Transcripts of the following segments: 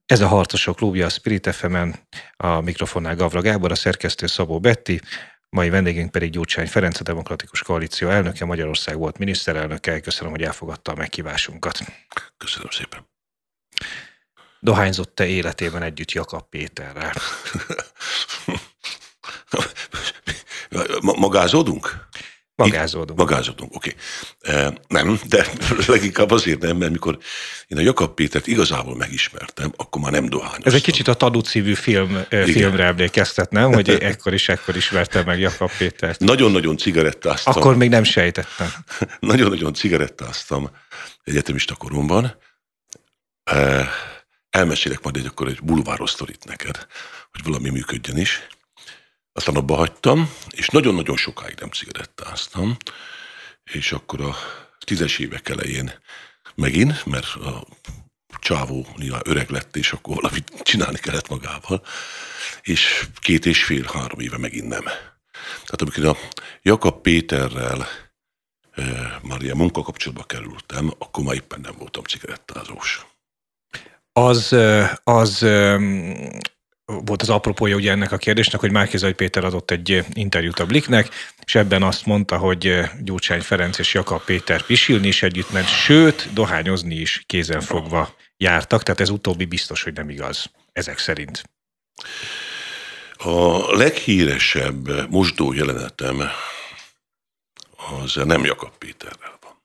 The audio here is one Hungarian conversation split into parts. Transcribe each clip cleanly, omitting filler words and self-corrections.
Ez a Harcosok Klubja a Spirit FM-en, a mikrofonnál Gavra Gábor, a szerkesztő Szabó Betti, mai vendégünk pedig Gyurcsány Ferenc, a Demokratikus Koalíció elnöke, Magyarország volt miniszterelnöke. Köszönöm, hogy elfogadta a meghívásunkat. Köszönöm szépen. Dohányzott-e életében együtt Jakab Péterrel? Magázódunk? Magázódunk, oké. Nem, de leginkább azért nem, mert mikor én a Jakab Pétert igazából megismertem, akkor már nem dohányoztam. Ez egy kicsit a Tadu cívű filmre emlékeztet, nem? Hogy ekkor ismertem meg Jakab Pétert. Nagyon-nagyon cigarettáztam. Akkor még nem sejtettem. Nagyon-nagyon cigarettáztam egyetemista koromban. Elmesélek majd egy bulváros sztorit neked, hogy valami működjön is. Aztán abba hagytam, és nagyon-nagyon sokáig nem cigarettáztam, és akkor a 10-es évek elején megint, mert a csávó nyilván öreg lett, és akkor valamit csinálni kellett magával, és 2,5-3 éve megint nem. Tehát amikor a Jakab Péterrel már ilyen munkakapcsolatba kerültem, akkor már éppen nem voltam cigarettázós. Az volt az apropója ugye ennek a kérdésnek, hogy Márki-Zay Péter adott egy interjút a Blicknek, és ebben azt mondta, hogy Gyurcsány Ferenc és Jakab Péter pisilni is együtt ment, sőt, dohányozni is kézenfogva jártak, tehát ez utóbbi biztos, hogy nem igaz, ezek szerint. A leghíresebb mosdó jelenetem az nem Jakab Péterrel van.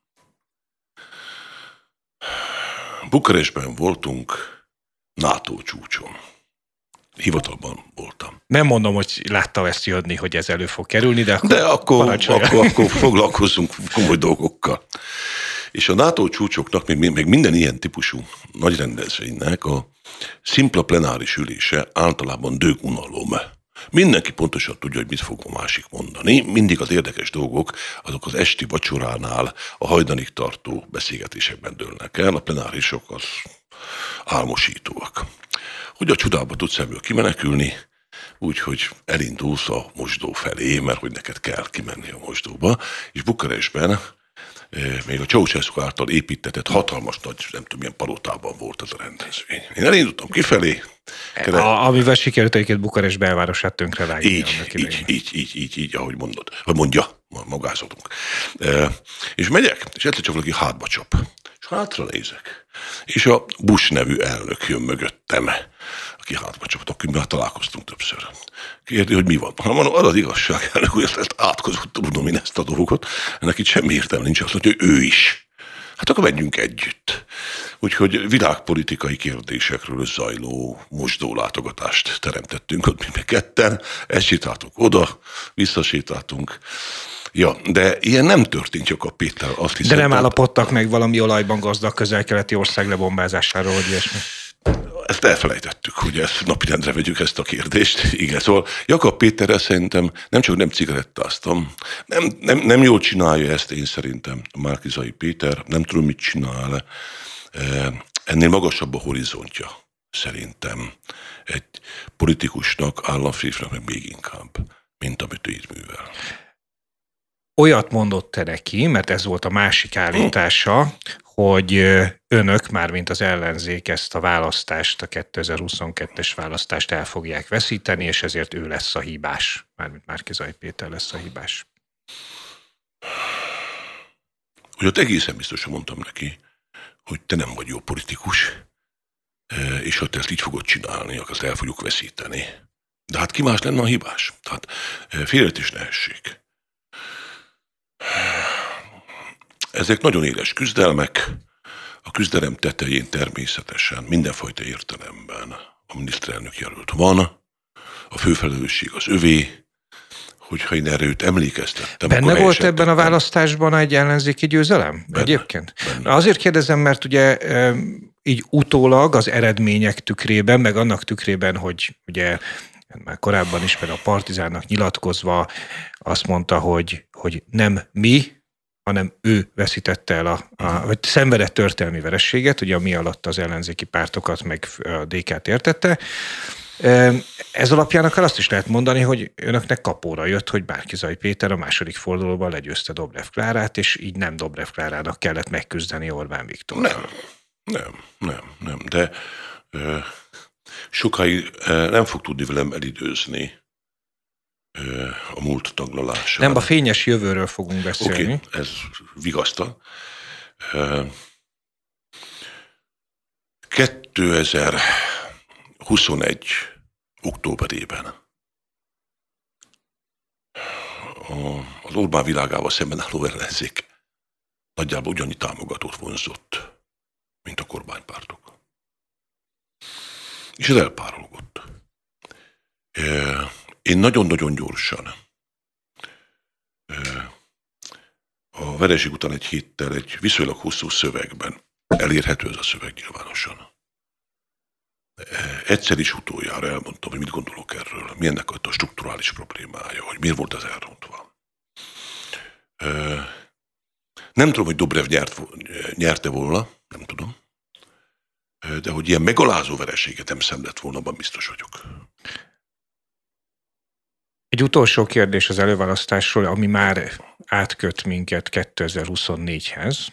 Bukarestben voltunk NATO csúcson. Hivatalban voltam. Nem mondom, hogy látta ezt jönni, hogy ez elő fog kerülni, de akkor foglalkozzunk komoly dolgokkal. És a NATO csúcsoknak, még minden ilyen típusú nagy rendezvénynek a szimpla plenáris ülése általában dögunalom. Mindenki pontosan tudja, hogy mit fog a másik mondani. Mindig az érdekes dolgok azok az esti vacsoránál, a hajnalig tartó beszélgetésekben dőlnek el, a plenárisok az álmosítóak. Hogy a csodába tudsz ebből kimenekülni, úgyhogy elindulsz a mosdó felé, mert hogy neked kell kimenni a mosdóba, és Bukarestben még a Ceausescu által építetett hatalmas nagy, nem tudom, milyen palotában volt az a rendezvény. Én elindultam kifelé. Amivel sikerült egyébként Bukarest belvárosát tönkre vágni. Így, ahogy mondod. Vagy mondja, magázódunk. És megyek, és egyszer csak valaki hátba csap. És hátra nézek. És a Bush nevű elnök jön mögöttem, aki hátba csapott, akivel találkoztunk többször. Kérdi, hogy mi van. Mondom, az igazság, elnök, hogy ezt átkozott, tudom én ezt a dolgot. Ennek itt semmi értelme nincs, azt mondja, hogy ő is. Hát akkor menjünk együtt. Úgyhogy világpolitikai kérdésekről zajló mosdólátogatást teremtettünk ott mi ketten. Ezt sétáltunk oda, visszasétáltunk. Ja, de ilyen nem történt Jakab Péter, azt hiszem. De nem állapodtak meg valami olajban gazdag közel-keleti ország lebombázásáról, hogy ilyesmi? Ezt elfelejtettük, hogy ezt napirendre vegyük ezt a kérdést. Igen, szóval Jakab Péterrel szerintem nem csak nem cigarettáztam, nem jól csinálja ezt én szerintem Márki-Zay Péter, nem tudom, mit csinál. Ennél magasabb a horizontja szerintem egy politikusnak, államférfinak, meg még inkább, mint amit ő itt művel. Olyat mondott te neki, mert ez volt a másik állítása, hogy önök, mármint az ellenzék ezt a választást, a 2022-es választást el fogják veszíteni, és ezért ő lesz a hibás. Mármint Márki-Zay Péter lesz a hibás. Hogy ott egészen biztosan mondtam neki, hogy te nem vagy jó politikus, és ha te ezt így fogod csinálni, akkor azt el fogjuk veszíteni. De hát ki más lenne a hibás? Tehát félreértés ne essék. Ezek nagyon éles küzdelmek, a küzdelem tetején természetesen mindenfajta értelemben a miniszterelnök jelölt van, a főfelelősség az övé, hogyha én erre őt emlékeztettem. Benne volt ebben a választásban egy ellenzéki győzelem egyébként? Benne. Azért kérdezem, mert ugye így utólag az eredmények tükrében, meg annak tükrében, hogy ugye már korábban is, mert a Partizánnak nyilatkozva azt mondta, hogy nem mi, hanem ő veszítette el vagy szenvedett történelmi verességet, ugye ami alatt az ellenzéki pártokat meg a DK-t értette. Ez alapján akár azt is lehet mondani, hogy önöknek kapóra jött, hogy Márki-Zay Péter a második fordulóban legyőzte Dobrev Klárát, és így nem Dobrev Klárának kellett megküzdeni Orbán Viktorral. Nem. De sokáig nem fog tudni velem elidőzni a múlt taglalása. Nem, a fényes jövőről fogunk beszélni. Oké, ez vigasztal. 2021. októberében az Orbán világával szemben álló ellenzék nagyjából ugyannyi támogatót vonzott, mint a kormánypártok. És ez elpárolgott. Én nagyon-nagyon gyorsan a vereség után egy héttel egy viszonylag hosszú szövegben, elérhető ez a szöveg nyilvánosan. Egyszer is utoljára elmondtam, hogy mit gondolok erről, mi ennek a strukturális problémája, hogy miért volt ez elrontva. Nem tudom, hogy Dobrev nyerte volna, nem tudom, de hogy ilyen megalázó vereséget nem szenvedett volna, abban biztos vagyok. Egy utolsó kérdés az előválasztásról, ami már átköt minket 2024-hez.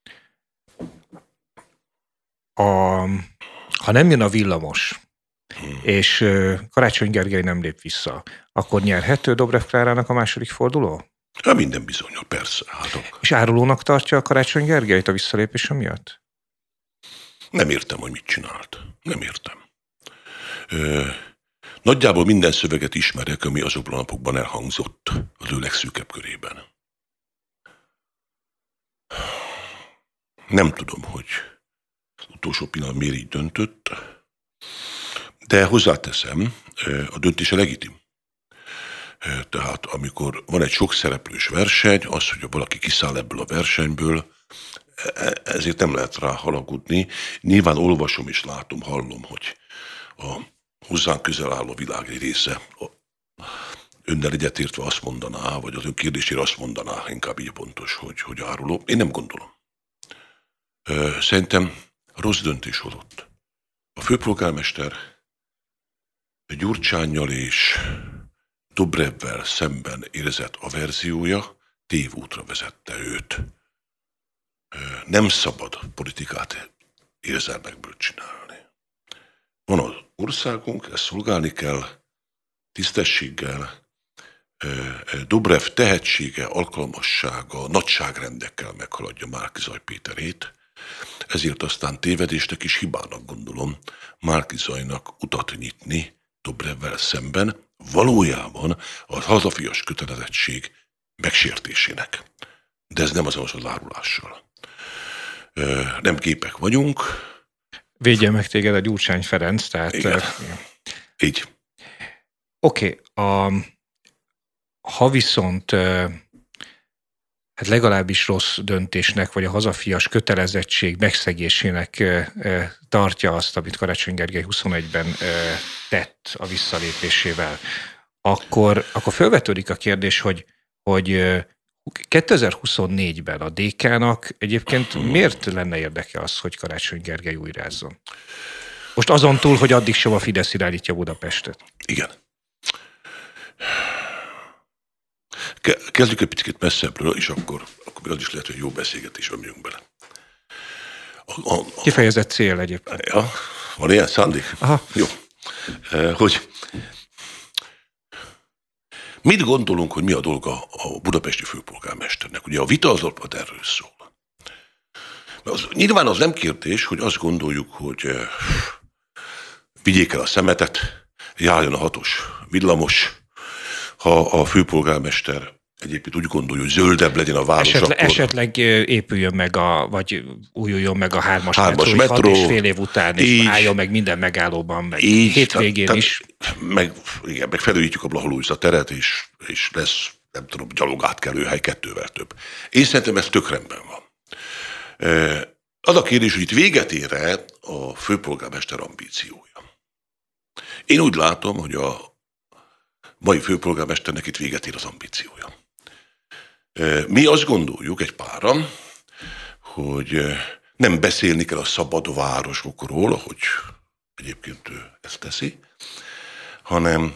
Ha nem jön a villamos, és Karácsony Gergely nem lép vissza, akkor nyerhető Dobrev Klárának a második forduló? Hát minden bizonnyal, persze. És árulónak tartja a Karácsony Gergelyt a visszalépése miatt? Nem értem, hogy mit csinált. Nem értem. Nagyjából minden szöveget ismerek, ami azokban a napokban elhangzott az ő legszűkebb körében. Nem tudom, hogy utolsó pillanat miért így döntött, de hozzáteszem, a döntése legitim. Tehát amikor van egy sok szereplős verseny, az, hogy valaki kiszáll ebből a versenyből, ezért nem lehet rá haragudni. Nyilván olvasom és látom, hallom, hogy a hozzánk közel álló világ egy része önnel egyetértve azt mondaná, vagy az ön kérdésére azt mondaná, inkább így pontos, hogy áruló. Én nem gondolom. Szerintem rossz döntés hozott. A főpolgármester Gyurcsánnyal és Dobrevvel szemben érzett averziója tévútra vezette őt. Nem szabad politikát érzelmekből csinálni. Van az országunk, ezt szolgálni kell, tisztességgel. Dobrev tehetsége, alkalmassága nagyságrendekkel meghaladja Márki-Zay Péterét, ezért aztán tévedésnek és hibának gondolom Márki-Zaynak utat nyitni Dobrevvel szemben, valójában a hazafias kötelezettség megsértésének. De ez nem azonos az árulással. Nem képek vagyunk. Védje meg téged a Gyurcsány Ferenc, tehát... Igen. Így. Oké. Ha viszont hát legalábbis rossz döntésnek, vagy a hazafias kötelezettség megszegésének tartja azt, amit Karácsony Gergely 21-ben tett a visszalépésével, akkor felvetődik a kérdés, hogy 2024-ben a DK-nak egyébként miért lenne érdeke az, hogy Karácsony Gergely újrázzon? Most azon túl, hogy addig sem a Fidesz irányítja Budapestet. Igen. Kezdjük egy picit messzebbről, és akkor még az is lehet, hogy jó beszélgetésben megyünk bele. Kifejezett cél egyébként. Ja, van ilyen szándék? Aha. Jó. Hogy mit gondolunk, hogy mi a dolga a budapesti főpolgármesternek? Ugye a vita az alapvetően erről szól. Nyilván az nem kérdés, hogy azt gondoljuk, hogy vigyék el a szemetet, járjon a 6-os villamos, ha a főpolgármester egyébként úgy gondolja, hogy zöldebb legyen a város, esetleg épüljön meg vagy újuljon meg a 3-as metró, 6,5 év után, és álljon meg minden megállóban, meg hétvégén is. Meg felújítjuk a Blaha teret, és lesz, nem tudom, gyalogátkelőhely 2-vel több. Én szerintem ez tök rendben van. Az a kérdés, hogy itt véget ér-e a főpolgármester ambíciója. Én úgy látom, hogy a mai főpolgármesternek itt véget ér az ambíciója. Mi azt gondoljuk egy páran, hogy nem beszélni kell a szabad városokról, ahogy egyébként ő ezt teszi, hanem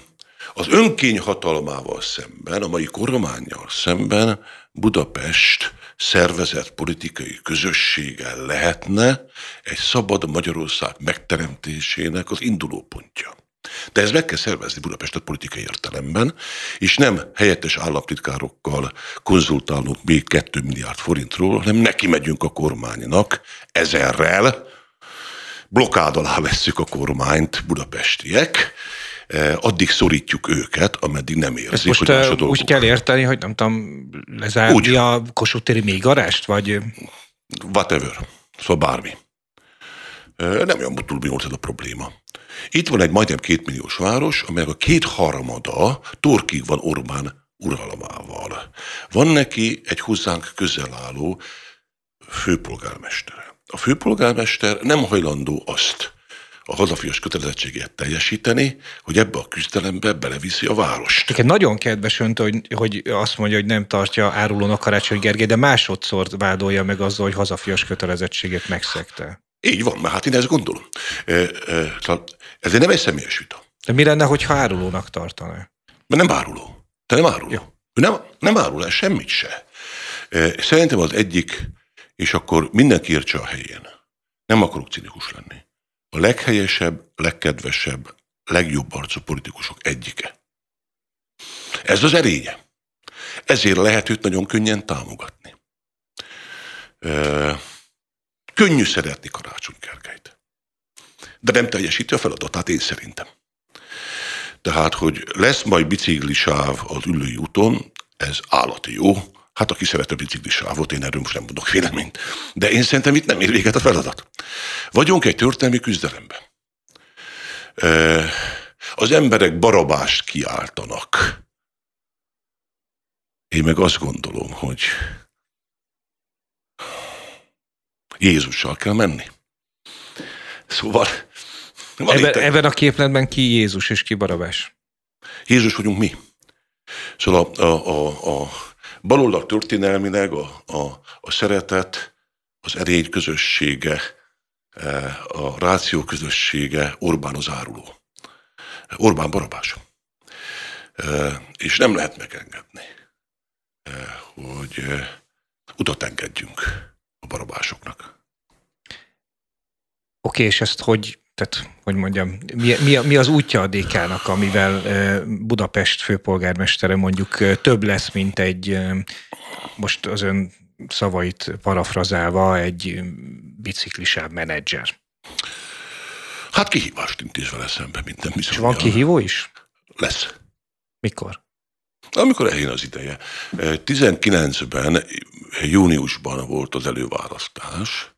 Az önkényhatalmával szemben, a mai kormánnyal szemben Budapest szervezett politikai közössége lehetne egy szabad Magyarország megteremtésének az indulópontja. De ez meg kell szervezni Budapestet politikai értelemben, és nem helyettes államtitkárokkal konzultálunk még 2 milliárd forintról, hanem neki megyünk a kormánynak 1000-rel, blokkád alá vesszük a kormányt budapestiek, addig szorítjuk őket, ameddig nem érzik, most hogy más a dolguk. Úgy kell érteni, hogy nem tudom, lezárni a Kossuth téri mélygarást, vagy... Whatever. Szóval bármi. Nem olyan túl bonyolult a probléma. Itt van egy majdnem 2 milliós város, amelyek a 2/3 torkig van Orbán uralmával. Van neki egy hozzánk közel álló főpolgármestere. A főpolgármester nem hajlandó azt a hazafias kötelezettségét teljesíteni, hogy ebbe a küzdelembe beleviszi a várost. Igen, nagyon kedves önt, hogy azt mondja, hogy nem tartja árulónak Karácsony Gergely, de másodszor vádolja meg azzal, hogy hazafias kötelezettségét megszegte. Így van, mert hát én ezt gondolom. Ez nem egy személyes vita. De mi lenne, hogyha árulónak tartaná? Mert nem áruló. Te nem áruló. Jó. Ő nem árul el semmit se. Szerintem az egyik, és akkor mindenki értse a helyén. Nem akarok cinikus lenni. A leghelyesebb, legkedvesebb, legjobb arcú politikusok egyike. Ez az erénye. Ezért lehet őt nagyon könnyen támogatni. Könnyű szeretni Karácsony Gergelyt. De nem teljesíti a feladatát, én szerintem. Tehát, hogy lesz majd biciklisáv az Üllői úton, ez állati jó. Hát aki szeret a biciklisávot, én erről most nem mondok véleményt. De én szerintem itt nem ér véget a feladat. Vagyunk egy történelmi küzdelemben. Az emberek Barabást kiáltanak. Én meg azt gondolom, hogy Jézussal kell menni. Szóval... Ebben a képletben ki Jézus és ki Barabás? Jézus vagyunk mi. Szóval a baloldal történelmileg a szeretet, az erény közössége, a ráció közössége Orbán az áruló. Orbán Barabás. És nem lehet megengedni, hogy utat engedjünk a barabásoknak. Oké, és ezt hogy mondjam, mi az útja a DK-nak, amivel Budapest főpolgármestere mondjuk több lesz, mint egy, most az ön szavait parafrazálva, egy biciklisáv menedzser? Hát kihívást intéz vele szembe, minden bizony. És van kihívó is? Lesz. Mikor? Amikor eljön az ideje. 19-ben, júniusban volt az előválasztás,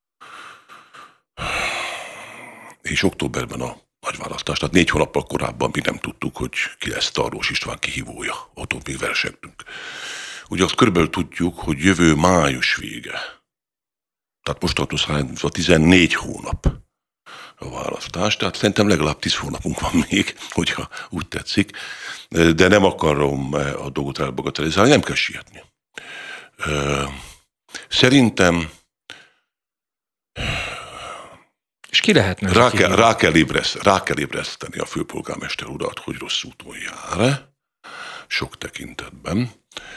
és októberben a nagyválasztás, tehát 4 hónappal korábban mi nem tudtuk, hogy ki lesz Tarlós István kihívója. Ott még versengtünk. Ugye azt körülbelül tudjuk, hogy jövő május vége. Tehát most számítva 14 hónap a választás, tehát szerintem legalább 10 hónapunk van még, hogyha úgy tetszik, de nem akarom a dolgot elbagatelizálni, nem kell sietni. Szerintem és ki lehetne? Rá kell ébreszteni a főpolgármester urat, hogy rossz úton jár, sok tekintetben.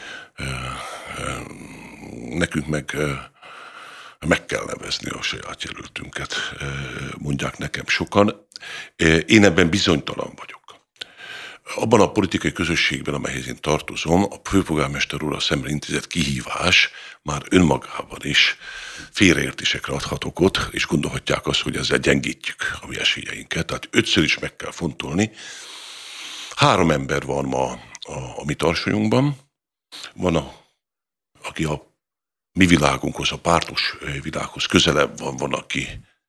Nekünk meg kell nevezni a saját jelöltünket, mondják nekem sokan. Én ebben bizonytalan vagyok. Abban a politikai közösségben, amelyhez én tartozom, a főpolgármester úrral szemben intézett kihívás már önmagában is félreértésekre adhat okot, és gondolhatják azt, hogy ezzel gyengítjük a mi esélyeinket. Tehát 5-ször is meg kell fontolni. 3 ember van ma a mi tarsolyunkban. Van, aki a mi világunkhoz, a pártos világhoz közelebb van, aki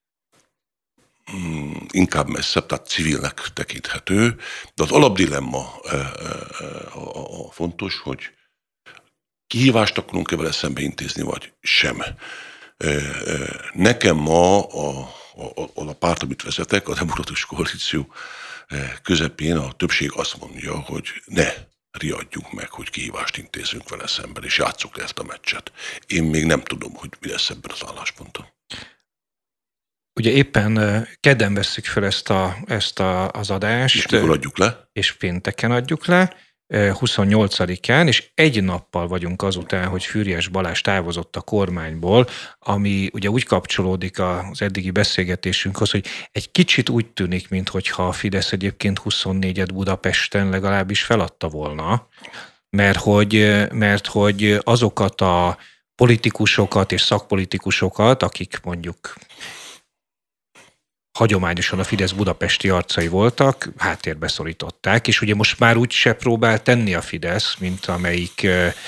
inkább messzebb, tehát civilnek tekinthető, de az alapdilemma a fontos, hogy kihívást akarunk-e vele szembe intézni, vagy sem. Nekem ma a párt, amit vezetek, a Demokratikus Koalíció közepén a többség azt mondja, hogy ne riadjunk meg, hogy kihívást intézünk vele szemben, és játsszuk le ezt a meccset. Én még nem tudom, hogy mi lesz ebben az állásponton. Ugye éppen kedden vesszük fel ezt az adást. És mikor adjuk le? És pénteken adjuk le, 28-án, és egy nappal vagyunk azután, hogy Füriyes Balázs távozott a kormányból, ami ugye úgy kapcsolódik az eddigi beszélgetésünkhöz, hogy egy kicsit úgy tűnik, mintha a Fidesz egyébként 24-et Budapesten legalábbis feladta volna, mert hogy azokat a politikusokat és szakpolitikusokat, akik mondjuk hagyományosan a Fidesz budapesti arcai voltak, háttérbe szorították, és ugye most már úgy se próbál tenni a Fidesz, mint amelyik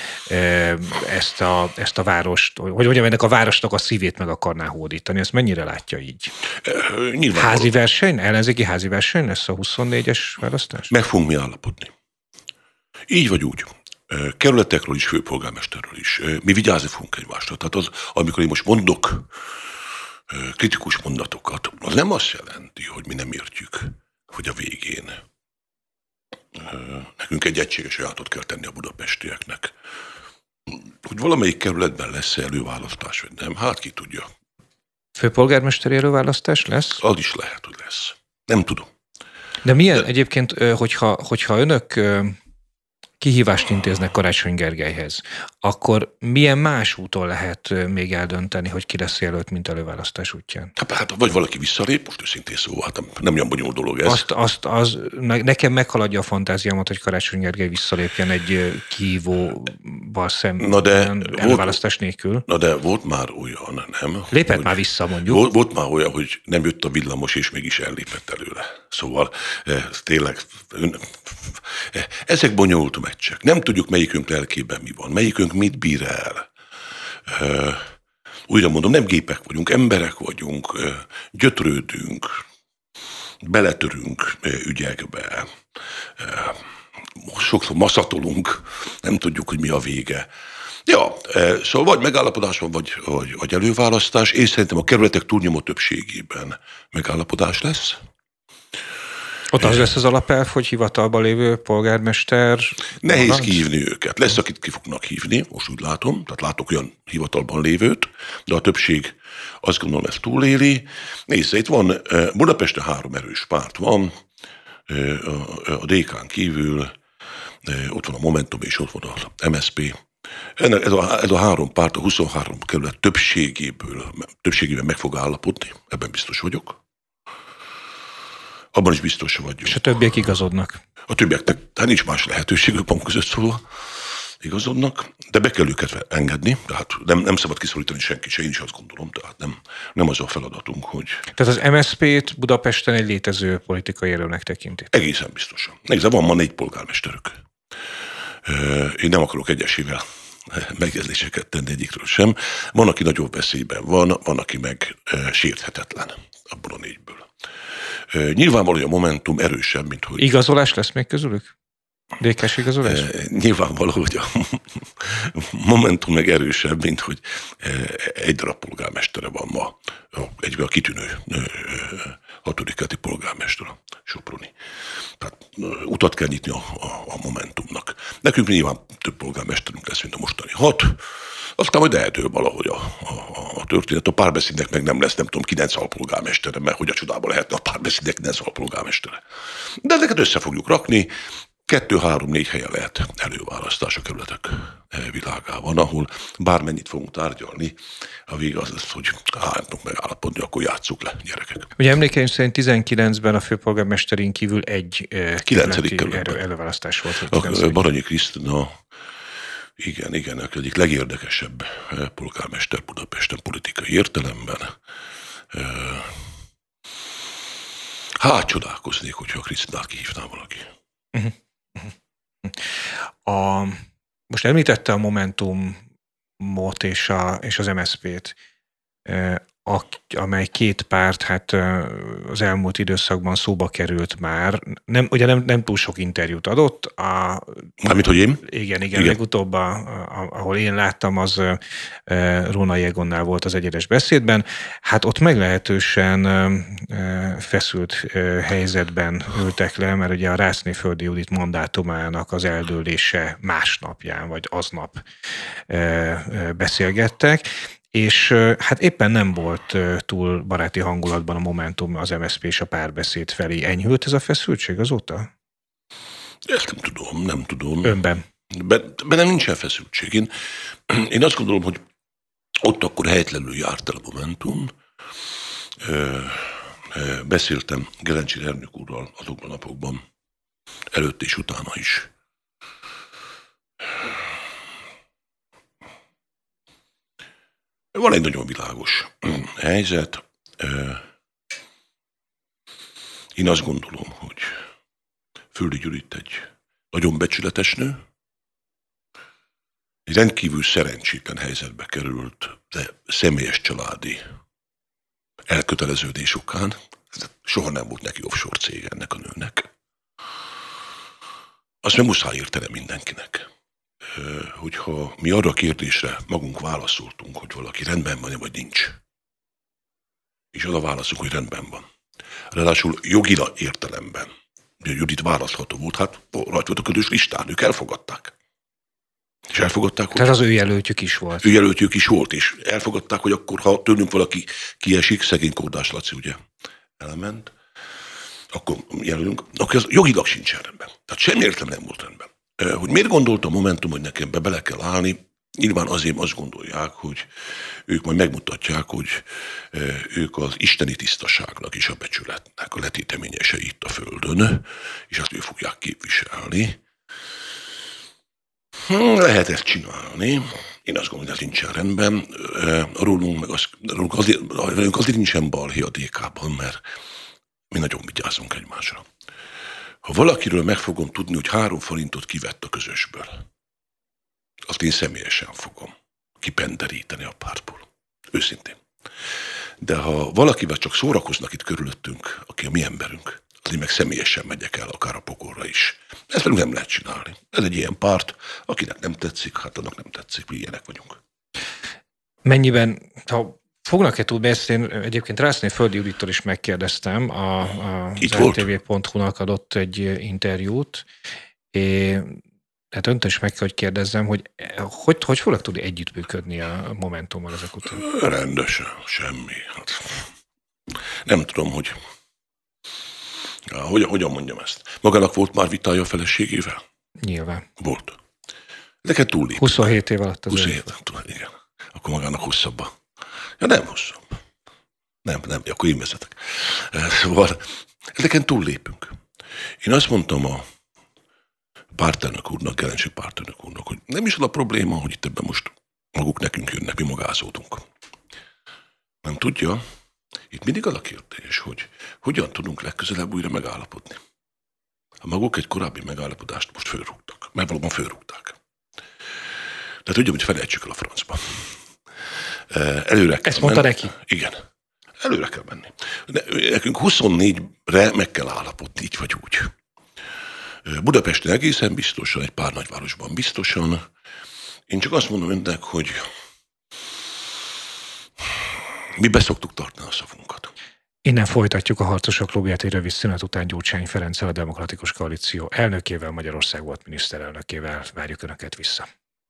ezt a várost, hogy mondjam, ennek a városnak a szívét meg akarná hódítani. Ezt mennyire látja így? Házi verseny? Ellenzéki házi verseny lesz a 24-es választás? Meg fogunk mi állapodni. Így vagy úgy. Kerületekről is, főpolgármesterről is. Mi vigyázni fogunk egymásra. Tehát az, amikor én most mondok kritikus mondatokat, az nem azt jelenti, hogy mi nem értjük, hogy a végén nekünk egy egységes ajátot kell tenni a budapestieknek. Hogy valamelyik kerületben lesz előválasztás, vagy nem, hát ki tudja. Főpolgármesteri előválasztás lesz? Az is lehet, hogy lesz. Nem tudom. De milyen egyébként, hogyha önök kihívást intéznek Karácsony Gergelyhez, akkor milyen más úton lehet még eldönteni, hogy ki lesz jelölt, mint előválasztás útján? Hát vagy valaki visszalép, most őszintén szóval, hát nem olyan bonyolult dolog ez. Nekem meghaladja a fantáziámat, hogy Karácsony Gergely visszalépjen egy kihívóval szemben előválasztás nélkül. Na de volt már olyan, nem? Lépett már vissza, mondjuk. Volt már olyan, hogy nem jött a villamos, és mégis ellépett előle. Szóval tényleg ezek bonyolult meccsek. Nem tudjuk, melyikünk lelkében mi van, melyikünk mit bír el. Újra mondom, nem gépek vagyunk, emberek vagyunk, gyötrődünk, beletörünk ügyekbe, sokszor maszatolunk, nem tudjuk, hogy mi a vége. Ja, szóval vagy megállapodás van, vagy előválasztás. Én szerintem a kerületek túlnyomó többségében megállapodás lesz. Ott az lesz az alapelv, hogy hivatalban lévő polgármester... Nehéz kihívni őket. Lesz, akit ki fognak hívni, most úgy látom, tehát látok olyan hivatalban lévőt, de a többség azt gondolom ezt túléli. Nézze, itt van, Budapesten 3 erős párt van, a DK-n kívül, ott van a Momentum és ott van a MSZP. Ez a 3 párt a 23 kerület többségében meg fog állapodni, ebben biztos vagyok. Abban is biztos vagyunk. És a többiek igazodnak. A többieknek, hát nincs más lehetőségük pont között szólva, igazodnak, de be kell őket engedni, tehát nem szabad kiszorítani senkit se, én is azt gondolom, tehát nem az a feladatunk, hogy... Tehát az MSZP-t Budapesten egy létező politikai erőnek tekinti? Egészen biztosan. Nézd, van ma 4 polgármesterük. Én nem akarok egyesével megjegyzéseket tenni egyikről sem. Van, aki nagyobb veszélyben van, aki meg sérthetetlen abból a 4-ből. Nyilvánvaló, a Momentum erősebb, mint hogy... Igazolás lesz még közülük? DK-s igazolás? Nyilvánvaló, hogy a Momentum meg erősebb, mint hogy egy darab polgármestere van ma. Egyben a kitűnő 6. kerületi polgármester, a soproni. Tehát utat kell nyitni a Momentumnak. Nekünk nyilván több polgármesterünk lesz, mint a mostani 6. Aztán majd eldől valahogy a történet. A Párbeszédnek meg nem lesz, nem tudom, 9 alpolgármestere, mert hogy a csodában lehetne a Párbeszédnek 9 alpolgármestere. De ezeket össze fogjuk rakni. 2-3-4 helyen lehet előválasztás a kerületek világában, ahol bármennyit fogunk tárgyalni, a vége az lesz, hogy nem tudunk megállapodni, akkor játsszuk le, gyerekek. Ugye emlékeim szerint 19-ben a főpolgármesterén kívül egy 9. kerületben előválasztás volt. A Baranyi Krisztina, igen, egyik legérdekesebb polgármester Budapesten politikai értelemben. Hát csodálkoznék, hogyha a Krisztinát kihívná valaki. Most említette a Momentumot és az MSZP-t, amely 2 párt hát az elmúlt időszakban szóba került már. Ugye nem túl sok interjút adott. Mármint, hogy én? Igen. Legutóbb, ahol én láttam, az Rónai Egonnál volt az egyenes beszédben. Hát ott meglehetősen feszült helyzetben ültek le, mert ugye a Rászné-Földi Judit mandátumának az eldőlése másnapján, vagy aznap beszélgettek. és hát éppen nem volt túl baráti hangulatban a Momentum, az MSZP és a Párbeszéd felé. Enyhült ez a feszültség azóta? Ezt nem tudom. Önben? Bennem nincsen feszültség. Én azt gondolom, hogy ott akkor helytelenül járt el a Momentum. Beszéltem Gelencsi elnök úrral azokban a napokban, előtt és utána is. Van egy nagyon világos helyzet. Én azt gondolom, hogy Földi Judit egy nagyon becsületes nő, egy rendkívül szerencsétlen helyzetbe került, de személyes családi elköteleződés okán. Soha nem volt neki offshore cég ennek a nőnek. Azt meg muszáj érteni mindenkinek, hogyha mi arra a kérdésre magunk válaszoltunk, hogy valaki rendben van-e vagy nincs. És az a válaszunk, hogy rendben van. Ráadásul jogilag értelemben. Ugye Judit választható volt, hát rajta volt a közös listán, ők elfogadták. És elfogadták, hogy... Tehát az ő jelöltjük is volt. Ő jelöltjük is volt, és elfogadták, hogy akkor, ha tőlünk valaki kiesik, szegény Kordás Laci ugye elment, akkor jelölünk, akkor az jogilag sincs rendben. Tehát semmi értelme nem volt rendben. Hogy miért gondolta a Momentum, hogy nekem bele kell állni, nyilván azért azt gondolják, hogy ők majd megmutatják, hogy ők az isteni tisztaságnak és a becsületnek a letéteményesei itt a Földön, és azt ők fogják képviselni. Lehet ezt csinálni. Én azt gondolom, hogy ez nincsen rendben. Rólunk azért nincsen balhé a DK-ban, mert mi nagyon vigyázunk egymásra. Ha valakiről meg fogom tudni, hogy 3 forintot kivett a közösből, azt én személyesen fogom kipenderíteni a pártból. Őszintén. De ha valakivel csak szórakoznak itt körülöttünk, aki a mi emberünk, azért meg személyesen megyek el, akár a pokolra is. Ezt pedig nem lehet csinálni. Ez egy ilyen párt, akinek nem tetszik, hát annak nem tetszik, mi ilyenek vagyunk. Mennyiben, ha fognak-e tudni, ezt én egyébként Rászné Földi Judittól is megkérdeztem, az RTV.hu-nak adott egy interjút, hát öntől is meg kell, hogy kérdezzem, hogy fognak tudni együttműködni a Momentummal ezek után? Rendesen, semmi. Hát, nem tudom, hogyan mondjam ezt. Magának volt már vitája a feleségével? Nyilván. Volt. Ezeket túllép. 27 év alatt az 27 igen. Akkor magának hosszabb. Ja, nem hosszabb. Nem, akkor én vezetek. Szóval ezeken túllépünk. Én azt mondtam a pártelnök úrnak, Gelencsi pártelnök úrnak, hogy nem is az a probléma, hogy itt ebben most maguk nekünk jönnek, mi magázódunk. Nem tudja, itt mindig az a kérdés, hogy hogyan tudunk legközelebb újra megállapodni. A maguk egy korábbi megállapodást most fölrúgtak, mert valóban fölrúgták. Tehát ugye, hogy felejtsük el a francba. Előre kell Ezt mondta menni. neki? Igen. Előre kell menni. De nekünk 24-re meg kell állapodni, így vagy úgy. Budapesten egészen biztosan, egy pár nagyvárosban biztosan. Én csak azt mondom önnek, hogy mi beszoktuk tartani a szavunkat. Innen folytatjuk a Harcosok Klubját egy rövid szünet után Gyurcsány Ferenccel, a Demokratikus Koalíció elnökével, Magyarország volt miniszterelnökével. Várjuk Önöket vissza.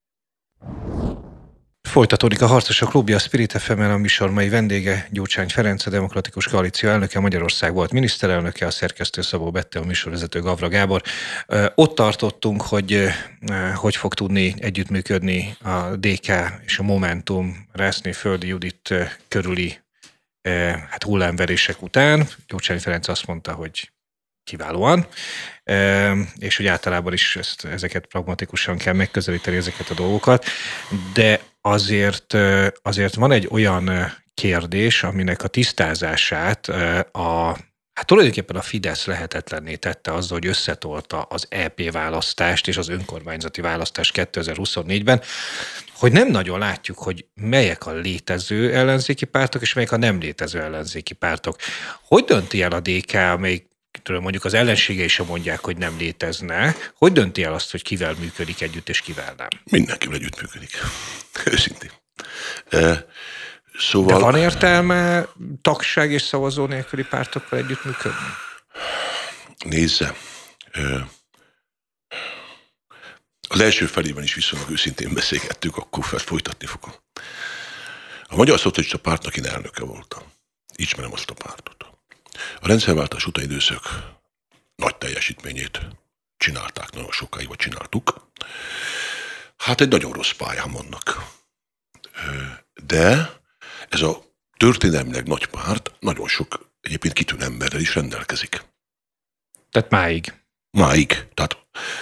Folytatódik a Harcosok Klubja, a Spirit FM-en, a műsor mai vendége Gyurcsány Ferenc, a Demokratikus Koalíció elnöke, Magyarország volt miniszterelnöke, a szerkesztő Szabó Bette, a műsorvezető Gavra Gábor. Ott tartottunk, hogy fog tudni együttműködni a DK és a Momentum Rászné Földi Judit körüli hullámverések után. Gyurcsány Ferenc azt mondta, hogy kiválóan, és hogy általában is ezeket pragmatikusan kell megközelíteni, ezeket a dolgokat, de azért van egy olyan kérdés, aminek a tisztázását tulajdonképpen a Fidesz lehetetlenné tette azzal, hogy összetolta az EP választást és az önkormányzati választást 2024-ben, hogy nem nagyon látjuk, hogy melyek a létező ellenzéki pártok, és melyek a nem létező ellenzéki pártok. Hogy dönti el a DK, amelyik mondjuk az ellenségei sem mondják, hogy nem létezne, hogy dönti el azt, hogy kivel működik együtt, és kivel nem? Mindenkivel együttműködik. Őszintén. Szóval... De van értelme tagság és szavazó nélküli pártokkal együttműködni? Nézze. Az első felében is viszonylag őszintén beszélgettük, akkor folytatni fogom. A Magyar Szocialista Pártnak én elnöke voltam. Ismerem azt a pártot. A rendszerváltás utáni időszak nagy teljesítményét csinálták nagyon sokáig, vagy csináltuk. Hát egy nagyon rossz pályán vannak. De ez a történelmileg nagy párt nagyon sok egyébként kitűnő emberrel is rendelkezik. Tehát máig. Máig. Tehát,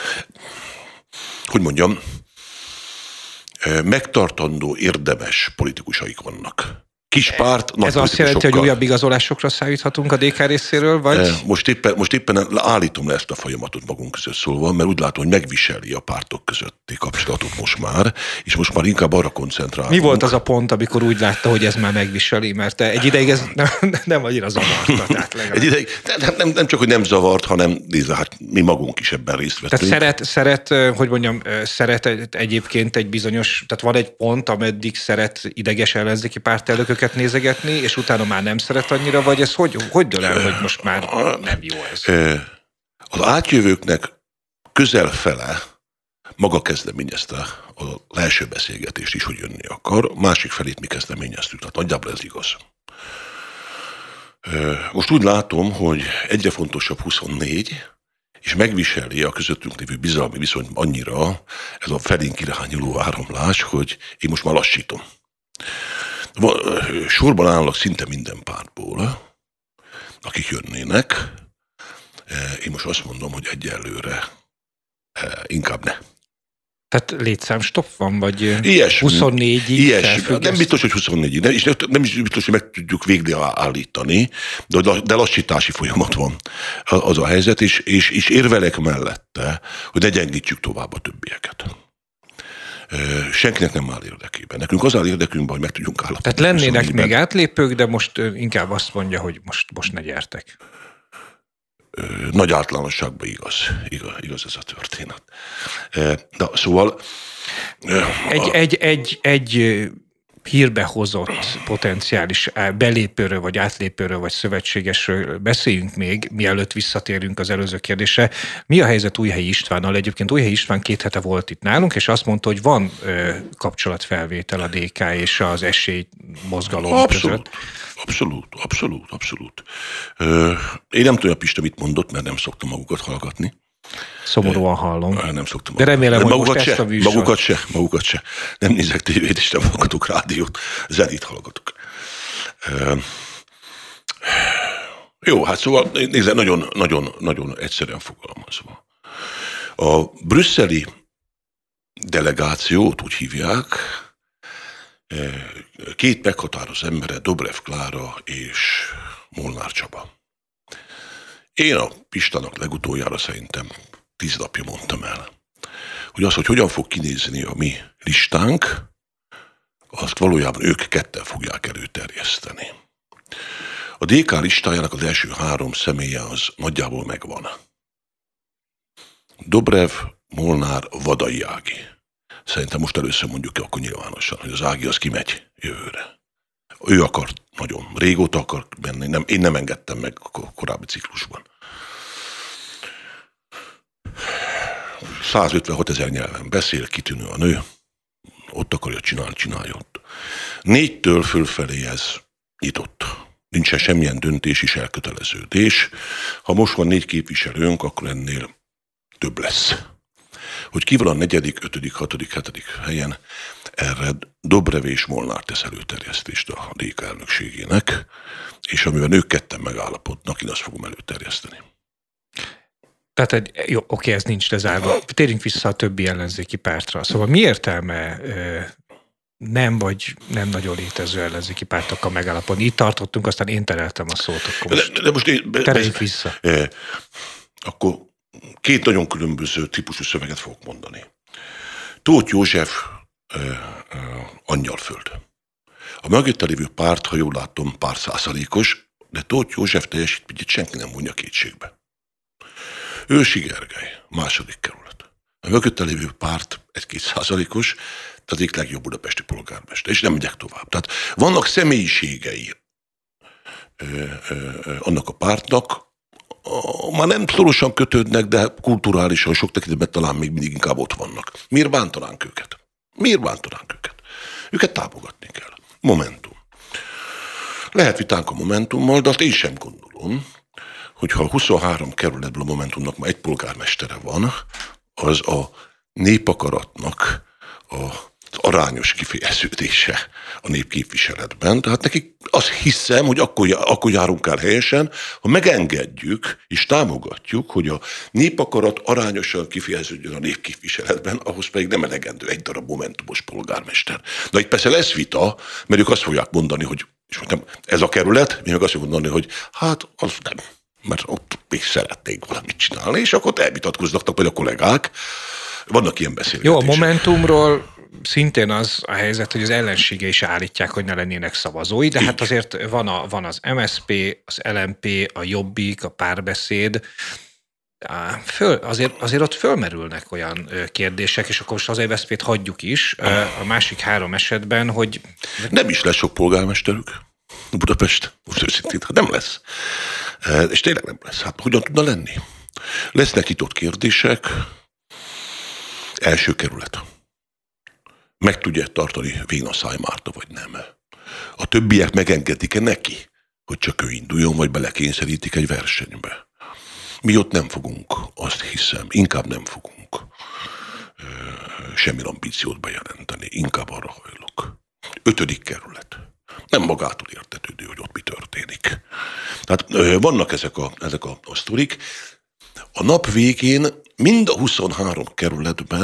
hogy mondjam, megtartandó, érdemes politikusaik vannak. Kis párt, nagy. Ez azt jelenti, hogy újabb igazolásokra számíthatunk a DK részéről, vagy? Most éppen állítom le ezt a folyamatot magunk között szólva, mert úgy látom, hogy megviseli a pártok közötti kapcsolatot most már, és most már inkább arra koncentrálunk. Mi volt az a pont, amikor úgy látta, hogy ez már megviseli? Mert egy ideig ez nem annyira zavarta. Egy ideig, nem csak, hogy nem zavart, hanem nézze, hát mi magunk is ebben részt vettünk. Tehát hogy mondjam, szeret egyébként egy bizonyos, tehát van egy pont, ameddig szeret ideges ellenzéki pártelnököket nézegetni, és utána már nem szeret annyira, vagy ez hogy dől el, hogy most már nem jó ez? Az átjövőknek közel fele maga kezdeményezte az első beszélgetést is, hogy jönni akar, másik felét mi kezdeményeztük, tehát nagyjából ez igaz. Most úgy látom, hogy egyre fontosabb 24, és megviseli a közöttünk lévő bizalmi viszonyt annyira ez a felénk irányuló áramlás, hogy én most már lassítom. Sorban állnak szinte minden pártból, akik jönnének. Én most azt mondom, hogy egyelőre inkább ne. Tehát létszámstopp van, vagy ilyesmi, 24-ig? Ilyesmi. Nem biztos, hogy 24-ig. Nem is biztos, hogy meg tudjuk végre állítani, de lassítási folyamat van az a helyzet, és érvelek mellette, hogy ne gyengítsük tovább a többieket. Senkinek nem áll érdekében. Nekünk az áll érdekünkben, hogy meg tudjunk állapodni. Tehát lennének még átlépők, de most inkább azt mondja, hogy most ne gyertek. Nagy általánosságban igaz ez a történet. De szóval... Egy hírbe hozott potenciális belépőről, vagy átlépőről, vagy szövetségesről beszéljünk még, mielőtt visszatérünk az előző kérdésre. Mi a helyzet Újhelyi Istvánnal? Egyébként Újhelyi István 2 hete volt itt nálunk, és azt mondta, hogy van kapcsolatfelvétel a DK és az esély-mozgalom között. Abszolút. Én nem tudom, Pista mit mondott, mert nem szoktam magukat hallgatni. Szomorúan hallom. Nem szoktam. De remélem, hogy most ezt a műsor... Magukat se. Nem nézek tévét, és nem hallgatok rádiót. Zenét hallgatok. Jó, hát szóval nézze, nagyon egyszerűen fogalmazva. A brüsszeli delegációt úgy hívják, 2 meghatározó embere, Dobrev Klára és Molnár Csaba. Én a Pistának legutoljára szerintem 10 napja mondtam el, hogy az, hogy hogyan fog kinézni a mi listánk, azt valójában ők 2 fogják előterjeszteni. A DK listájának az első 3 személye az nagyjából megvan. Dobrev, Molnár, Vadai Ági. Szerintem most először mondjuk ki akkor nyilvánosan, hogy az Ági az kimegy jövőre. Ő akar nagyon régóta akar menni, én nem engedtem meg a korábbi ciklusban. 156 000 nyelven beszél, kitűnő a nő, ott akarja csinálja ott. 4-től fölfelé ez nyitott. Nincsen semmilyen döntés és elköteleződés. Ha most van 4 képviselőnk, akkor ennél több lesz. Hogy ki van a 4., 5., 6., 7. helyen, erre Dobrev és Molnár tesz előterjesztést a DK elnökségének, és amivel ők 2 megállapodnak, én azt fogom előterjeszteni. Tehát jó, oké, ez nincs lezárva. Térjünk vissza a többi ellenzéki pártra. Szóval mi értelme nem vagy nem nagyon létező ellenzéki pártokkal megállapodni? Itt tartottunk, aztán én tereltem a szót. Akkor most tereljük vissza. Akkor 2 nagyon különböző típusú szöveget fogok mondani. Tóth József Angyalföld. A mögötte lévő párt, ha jól látom, pár százalékos, de Tóth József teljesítményét senki nem vonja kétségbe. Ősi Gergely, 2. kerület. A mögötte lévő párt 1-2 százalékos, az egyik legjobb budapesti polgármester, és nem megyek tovább. Tehát vannak személyiségei annak a pártnak, már nem szorosan kötődnek, de kulturálisan sok tekintetben talán még mindig inkább ott vannak. Miért bántanánk őket? Őket támogatni kell. Momentum. Lehet vitánk a Momentummal, de azt én sem gondolom, hogyha a 23 kerületből a Momentumnak már egy polgármestere van, az a népakaratnak az arányos kifejeződése a népképviseletben. Tehát nekik azt hiszem, hogy akkor járunk el helyesen, ha megengedjük és támogatjuk, hogy a népakarat arányosan kifejeződjön a népképviseletben, ahhoz pedig nem elegendő egy darab momentumos polgármester. De itt persze lesz vita, mert ők azt fogják mondani, hogy és mondtam, ez a kerület, mi meg azt fogjuk mondani, hogy hát az nem, mert ott még szeretnénk valamit csinálni, és akkor elvitatkoznak majd a kollégák. Vannak ilyen beszélgetések. Jó, a Momentumról szintén az a helyzet, hogy az ellensége is állítják, hogy ne lennének szavazói, de hát azért van az MSZP, az LMP, a Jobbik, a Párbeszéd. Azért ott fölmerülnek olyan kérdések, és akkor most az MSZP-t hagyjuk is. A másik 3 esetben, hogy... Nem is lesz sok polgármesterük Budapest, most őszintén, nem lesz. És tényleg nem lesz. Hát hogyan tudna lenni? Lesznek nyitott kérdések. Első kerület. Meg tudja tartani Vénaszáj Márta, vagy nem? A többiek megengedik-e neki, hogy csak ő induljon, vagy belekényszerítik egy versenybe? Mi ott nem fogunk, azt hiszem, inkább nem fogunk semmi ambíciót bejelenteni, inkább arra hajlok. 5. kerület. Nem magától értetődő, hogy ott mi történik. Tehát vannak ezek a sztorik. A nap végén mind a 23 kerületben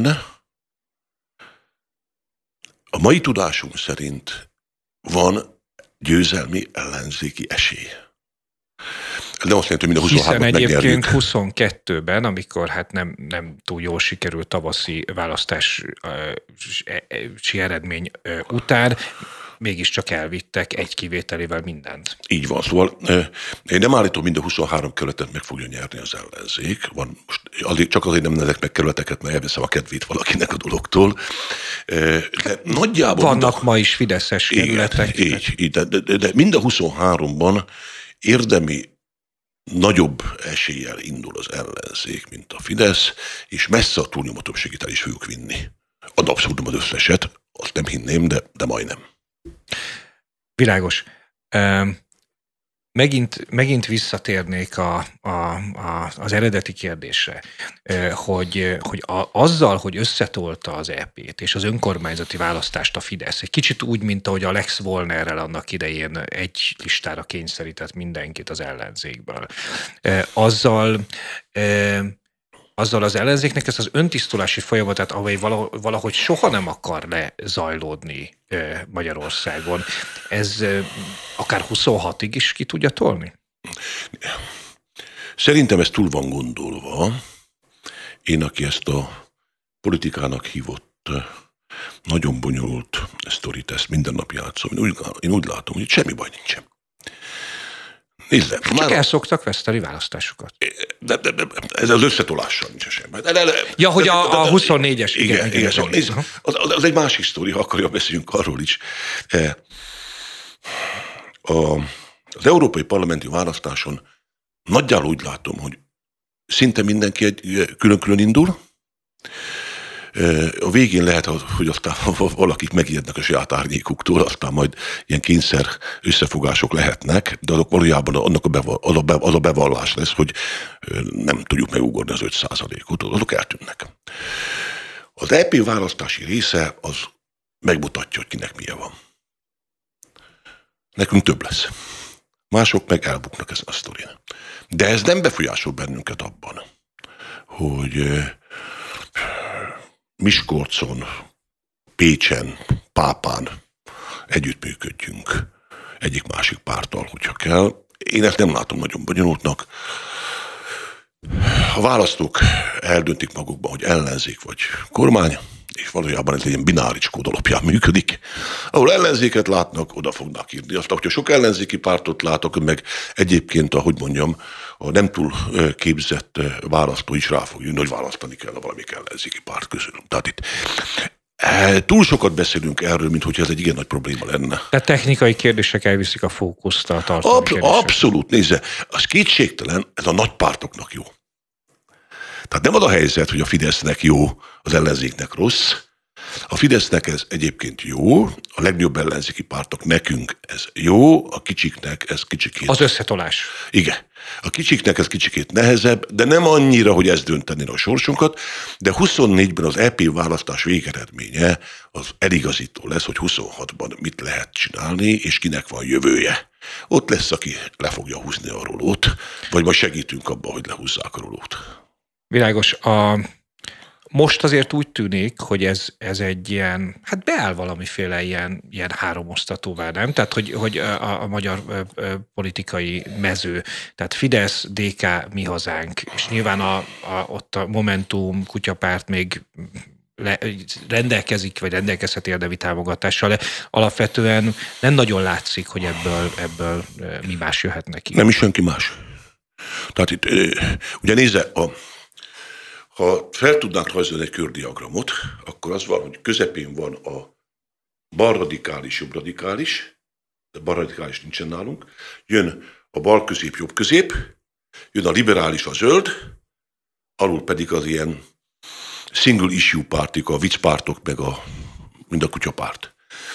a mai tudásunk szerint van győzelmi ellenzéki esély. Nem azt jelenti, hogy mind a 23 megnyerjük. Hiszen egyébként megnyerjük. 22-ben, amikor hát nem túl jól sikerült tavaszi választási eredmény után, mégiscsak elvittek egy kivételével mindent. Így van, szóval én nem állítom, mind a 23 kerületet meg fogja nyerni az ellenzék. Van, most csak azért nem nevezek meg kerületeket, mert elveszem a kedvét valakinek a dologtól. De nagyjából... Vannak ma is fideszes kerületek. Így, de mind a 23-ban érdemi nagyobb eséllyel indul az ellenzék, mint a Fidesz, és messze a túlnyomó többségét el is fogjuk vinni. Ad abszurdum az összeset, azt nem hinném, de majdnem. Világos. Megint visszatérnék az eredeti kérdésre, hogy azzal, hogy összetolta az EP-t és az önkormányzati választást a Fidesz, egy kicsit úgy, mint ahogy a Lex Volnerrel annak idején egy listára kényszerített mindenkit az ellenzékből. Azzal az ellenzéknek ezt az öntisztulási folyamatát, amely valahogy soha nem akar lezajlódni Magyarországon, ez akár 26-ig is ki tudja tolni? Szerintem ez túl van gondolva. Én, aki ezt a politikának hívott nagyon bonyolult sztorit, ezt minden nap játszom, én úgy látom, hogy semmi baj nincsen. Nézd, csak elszoktak veszteni választásokat. De ez az összetolással nincs semmi. Ja, hogy a 24-es. Igen. Az egy másik sztori, ha akarja, beszéljünk arról is. Az európai parlamenti választáson nagyjából úgy látom, hogy szinte mindenki egy külön-külön indul. A végén lehet, hogy aztán valakik megijednek a saját árnyékuktól, aztán majd ilyen kényszer összefogások lehetnek, de azok valójában az a bevallás lesz, hogy nem tudjuk megugorni az 5%-ot, azok eltűnnek. Az EP választási része az megmutatja, hogy kinek milyen van. Nekünk több lesz. Mások meg elbuknak ezen a sztorin. De ez nem befolyásol bennünket abban, hogy Miskolcon, Pécsen, Pápán együttműködjünk egyik-másik párttal, hogyha kell. Én ezt nem látom nagyon bonyolultnak. A választók eldöntik magukban, hogy ellenzék vagy kormány, és valójában ez egy ilyen bináris kód alapján működik. Ahol ellenzéket látnak, oda fognak írni. Aztán, hogyha sok ellenzéki pártot látok, meg egyébként, ahogy mondjam, a nem túl képzett választó is rá fog jönni, hogy választani kell a valamik ellenzéki párt közül. Tehát itt túl sokat beszélünk erről, mint hogyha ez egy igen nagy probléma lenne. Tehát technikai kérdések elviszik a fókuszt a tartalmi kérdések. Abszolút, nézze, az kétségtelen, ez a nagy pártoknak jó. Tehát nem az a helyzet, hogy a Fidesznek jó, az ellenzéknek rossz, A Fidesznek ez egyébként jó, a legnagyobb ellenzéki pártok nekünk ez jó, a kicsiknek ez kicsikét... Az összetolás. Igen. A kicsiknek ez kicsikét nehezebb, de nem annyira, hogy ez dönteni a sorsunkat, de 24-ben az EP választás végeredménye az eligazító lesz, hogy 26-ban mit lehet csinálni, és kinek van jövője. Ott lesz, aki le fogja húzni a rolót, vagy majd segítünk abban, hogy lehúzzák a rolót. Világos. Most azért úgy tűnik, hogy ez egy ilyen, hát beáll valamiféle ilyen háromosztatóvá, nem? Tehát, hogy a magyar politikai mező, tehát Fidesz, DK, Mi Hazánk, és nyilván ott a Momentum, Kutyapárt még rendelkezik, vagy rendelkezhet érdemi támogatással, de alapvetően nem nagyon látszik, hogy ebből mi más jöhet neki. Nem is senki más. Tehát itt, ugye nézze, ha fel tudnánk rajzolni egy kördiagramot, akkor az van, hogy közepén van a balradikális, jobbradikális, de balradikális nincsen nálunk, jön a balközép, jobbközép, jön a liberális, a zöld, alul pedig az ilyen single issue pártik, a viccpártok, meg mind a kutyapárt.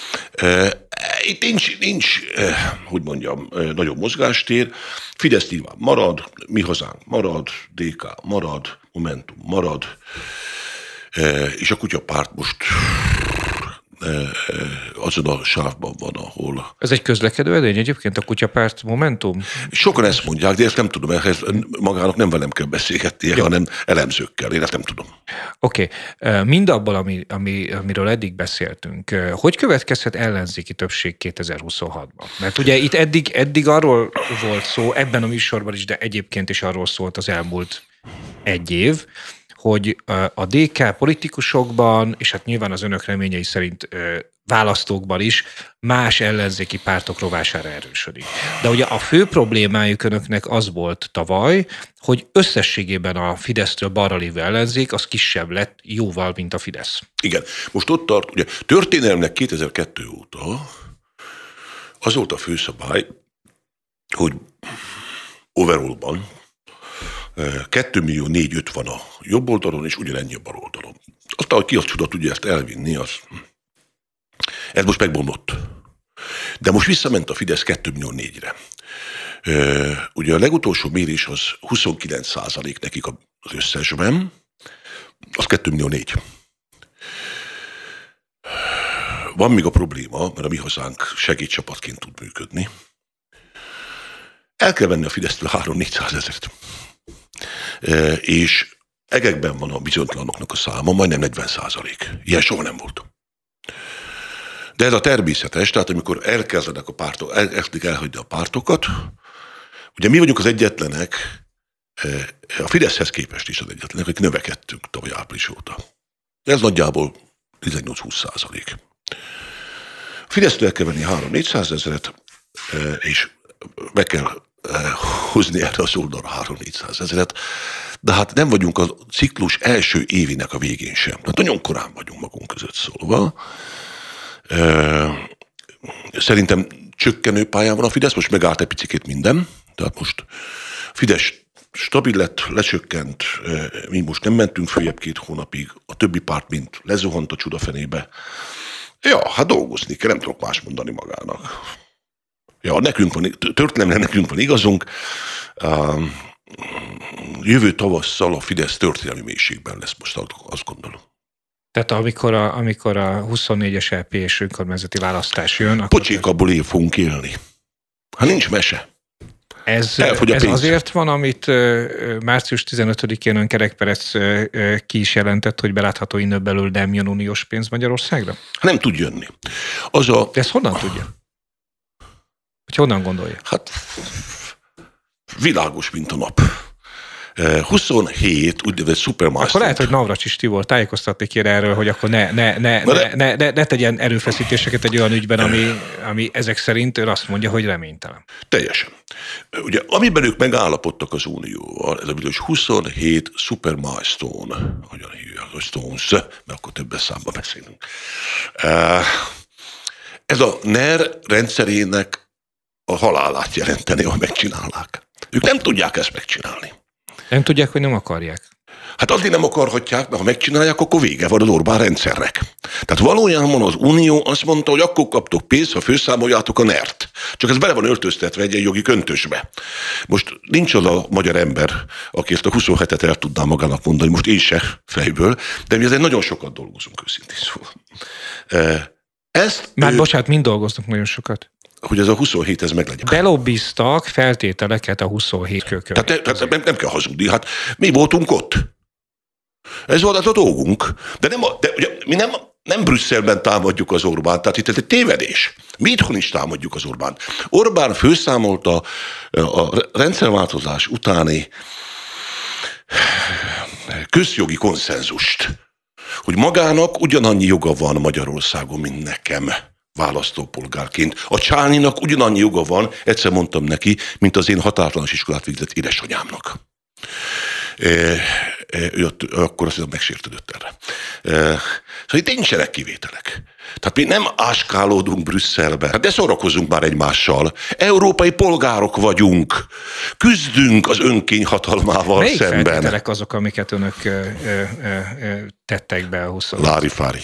Itt nincs, hogy mondjam, nagyobb mozgástér. Fidesz nyilván marad, Mi Hazánk marad, DK marad, Momentum marad, és a kutyapárt most azon a sávban van, ahol... Ez egy közlekedő edény egyébként, a kutyapárt Momentum? Sokan ezt mondják, de ezt nem tudom, ehhez magának nem velem kell beszélgetnie, hanem elemzőkkel, én ezt nem tudom. Oké. Mindabból, amiről eddig beszéltünk, hogy következhet ellenzéki többség 2026-ban? Mert ugye itt eddig arról volt szó, ebben a műsorban is, de egyébként is arról szólt az elmúlt egy év, hogy a DK politikusokban, és hát nyilván az önök reményei szerint választókban is más ellenzéki pártok rovására erősödik. De ugye a fő problémájuk önöknek az volt tavaly, hogy összességében a Fidesztől balra lévő ellenzék az kisebb lett jóval, mint a Fidesz. Igen. Most ott tart, ugye történelmnek 2002 óta az volt a főszabály, hogy overallban 2.400.000 van a jobb oldalon, és ugyanennyi a bal oldalon. Aztán, hogy ki az csoda tudja ezt elvinni, ez most megbomlott. De most visszament a Fidesz 2.400.000-re. Ugye a legutolsó mérés az 29% nekik az összesben, az 2.400.000. Van még a probléma, mert a Mi Hazánk segédcsapatként tud működni. El kell venni a Fidesztől 300.000-400.000-et. És egekben van a bizonytalanoknak a száma, majdnem 40%. Ilyen soha nem volt. De ez a természetes, tehát amikor elkezdenek a pártok, elkezdik elhagyni a pártokat, ugye mi vagyunk az egyetlenek, a Fideszhez képest is az egyetlenek, akik növekedtünk tavaly április óta. Ez nagyjából 18-20%. A Fidesztől el kell venni 300.000-400.000-et, és meg kell hozni erre az oldalra 300.000-400.000-et, de hát nem vagyunk a ciklus első évének a végén sem. Tehát nagyon korán vagyunk magunk között szólva. Szerintem csökkenő pályán van a Fidesz, most megállt egy picikét minden, tehát most Fidesz stabil lett, lecsökkent, mi most nem mentünk följebb 2 hónapig, a többi párt mint lezuhant a csudafenébe. Ja, hát dolgozni kell, nem tudok más mondani magának. Ja, történelemre nekünk van igazunk. Jövő tavasszal a Fidesz történelmi mélységben lesz, most azt gondolom. Tehát amikor a 24-es EP és önkormányzati választás jön... Akkor Pocsékabból fogunk élni. Hát nincs mese. Ez azért van, amit március 15-én ön Kerek Perec ki is jelentett, hogy belátható innen belül nem jön uniós pénz Magyarországra? Nem tud jönni. De ezt honnan tudja? Hogy honnan gondolja? Hát világos, mint a nap. 27 úgynevezett szupermaster. Akkor lehet, hogy Navracsics Tibor tájékoztatni kéne erről, hogy akkor ne tegyen erőfeszítéseket egy olyan ügyben, ami ezek szerint ő azt mondja, hogy reménytelen. Teljesen. Ugye, amiben ők megállapodtak az Unióval, ez a bizonyos 27 super milestone, hogyan hívják, a Stones, mert akkor többes számba beszélünk. Ez a NER rendszerének a halálát jelenteni, ha megcsinálnák. Ők nem tudják ezt megcsinálni. Nem tudják, hogy nem akarják. Hát azért nem akarhatják, mert ha megcsinálják, akkor vége van az Orbán rendszernek. Tehát valójában az Unió azt mondta, hogy akkor kaptok pénzt, ha főszámoljátok a NER-t. Csak ez bele van öltöztetve egy jogi köntösbe. Most nincs az a magyar ember, aki ezt a 27-et el tudná magának mondani, most én se fejből, de mi azért nagyon sokat dolgozunk, őszintén szóval. Bocsánat, mind dolgoznak nagyon sokat? Hogy ez a 27 ez meglegyen. Belobbiztak feltételeket a 27 kökön. Tehát nem kell hazudni, hát mi voltunk ott. Ez volt az a dolgunk. De ugye, mi nem Brüsszelben támadjuk az Orbánt, tehát itt ez egy tévedés. Mi itthon is támadjuk az Orbánt. Orbán főszámolta a rendszerváltozás utáni közjogi konszenzust, hogy magának ugyanannyi joga van Magyarországon, mint nekem választópolgárként. A Csáninak ugyanannyi joga van, egyszer mondtam neki, mint az én határtalanus iskolát végzett édesanyámnak. Akkor azt hiszem megsértődött erre. Szóval itt nincsenek kivételek. Tehát mi nem áskálódunk Brüsszelbe, de szórakozunk már egymással. Európai polgárok vagyunk. Küzdünk az önkény hatalmával melyik szemben. Melyik feltételek azok, amiket önök tettek be a 20 Lári-fári.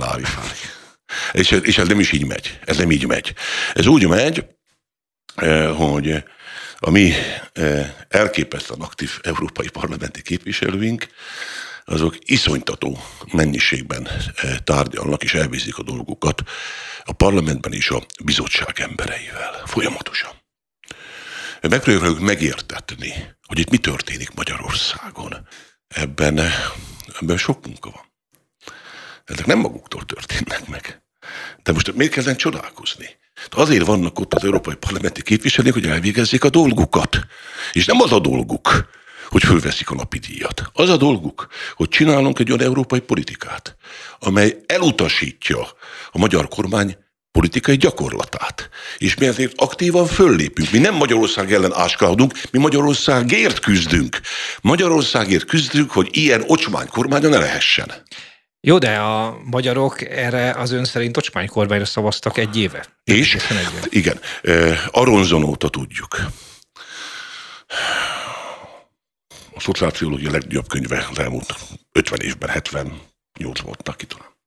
És ez nem is így megy. Ez úgy megy, hogy a mi elképesztően aktív európai parlamenti képviselőink, azok iszonytató mennyiségben tárgyalnak és elvégzik a dolgokat a parlamentben és a bizottság embereivel. Folyamatosan. Megpróbáljuk megértetni, hogy itt mi történik Magyarországon. Ebben sok munka van. Ezek nem maguktól történnek meg. De most miért kellene csodálkozni? Azért vannak ott az európai parlamenti képviselők, hogy elvégezzék a dolgukat. És nem az a dolguk, hogy fölveszik a napi díjat. Az a dolguk, hogy csinálunk egy olyan európai politikát, amely elutasítja a magyar kormány politikai gyakorlatát. És mi ezért aktívan föllépünk. Mi nem Magyarország ellen áskálódunk, mi Magyarországért küzdünk. Magyarországért küzdünk, hogy ilyen ocsmány kormánya ne lehessen. Jó, de a magyarok erre az ön szerint ocsmánykormányra szavaztak egy éve. És? Igen. Aronzon óta tudjuk. A szociálpszichológia legnagyobb könyve az elmúlt 50 évben, 78 voltak ki talán.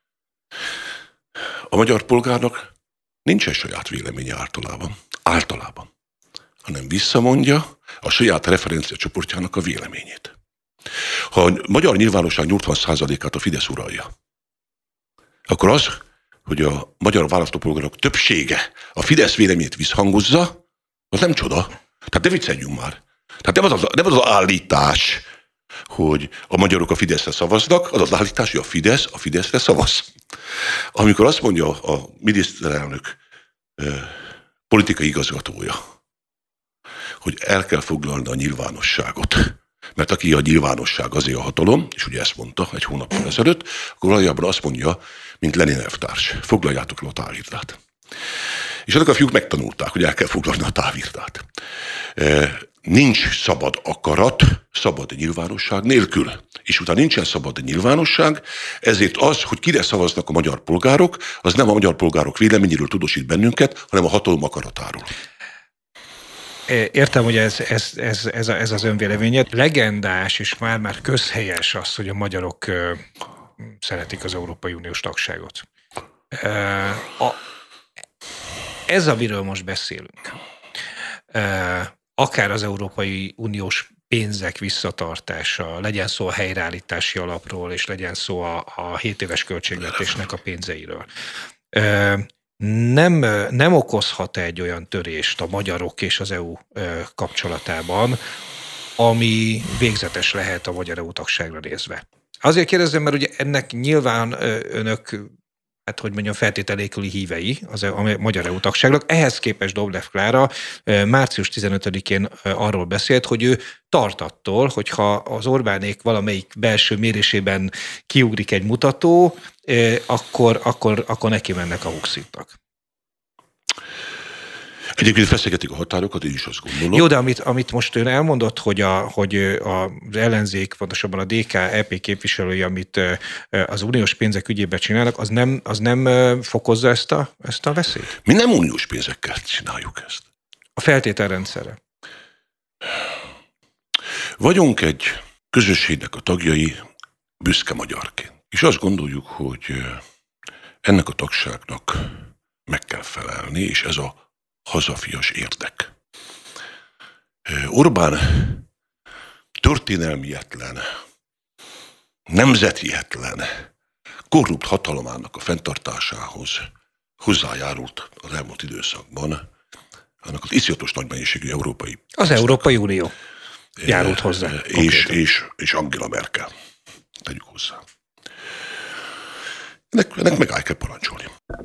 A magyar polgárnak nincsen saját véleménye általában, hanem visszamondja a saját referenciacsoportjának a véleményét. Ha a magyar nyilvánosság 80%-át a Fidesz uralja, akkor az, hogy a magyar választópolgárok többsége a Fidesz véleményét visszhangozza, az nem csoda. Tehát ne vicceljünk már. Tehát nem az állítás, hogy a magyarok a Fideszre szavaznak, az állítás, hogy a Fideszre szavaz. Amikor azt mondja a miniszterelnök politikai igazgatója, hogy el kell foglalni a nyilvánosságot, mert aki a nyilvánosság, azért a hatalom, és ugye ezt mondta egy hónappal ezelőtt, akkor valójában azt mondja, mint Lenin elvtárs, foglaljátok el a távirdát. És azok a fiúk megtanulták, hogy el kell foglalni a távirdát. Nincs szabad akarat, szabad nyilvánosság nélkül. És utána nincsen szabad nyilvánosság, ezért az, hogy kire szavaznak a magyar polgárok, az nem a magyar polgárok véleményéről tudósít bennünket, hanem a hatalom akaratáról. Értem, hogy ez az önvéleménye. Legendás és már közhelyes az, hogy a magyarok szeretik az Európai Uniós tagságot. Ez, amiről most beszélünk, akár az Európai Uniós pénzek visszatartása, legyen szó a helyreállítási alapról, és legyen szó a 7 éves költségvetésnek a pénzeiről. Nem okozhat egy olyan törést a magyarok és az EU kapcsolatában, ami végzetes lehet a magyar EU tagságra nézve. Azért kérdezem, mert ugye ennek nyilván önök, hát hogy mondjam, feltételéküli hívei a magyar EU tagságnak. Ehhez képest Dobrev Klára március 15-én arról beszélt, hogy ő tart attól, hogyha az Orbánék valamelyik belső mérésében kiugrik egy mutató, akkor neki mennek a Huxitnak. Egyébként feszegetik a határokat, én is azt gondolom. Jó, de amit most ön elmondott, hogy az ellenzék, pontosabban a DK EP képviselői, amit az uniós pénzek ügyében csinálnak, az nem fokozza ezt a veszélyt? Mi nem uniós pénzekkel csináljuk ezt. A feltételrendszerre. Vagyunk egy közösségnek a tagjai büszke magyarként. És azt gondoljuk, hogy ennek a tagságnak meg kell felelni, és ez a hazafias érdek. Orbán történelmietlen, nemzetietlen, korrupt hatalomának a fenntartásához hozzájárult az elmúlt időszakban annak az iszonyatos nagy mennyiségű európai... Az Európai Unió járult hozzá. És Angela Merkel. Tegyük hozzá. Ennek megáll kell parancsolni.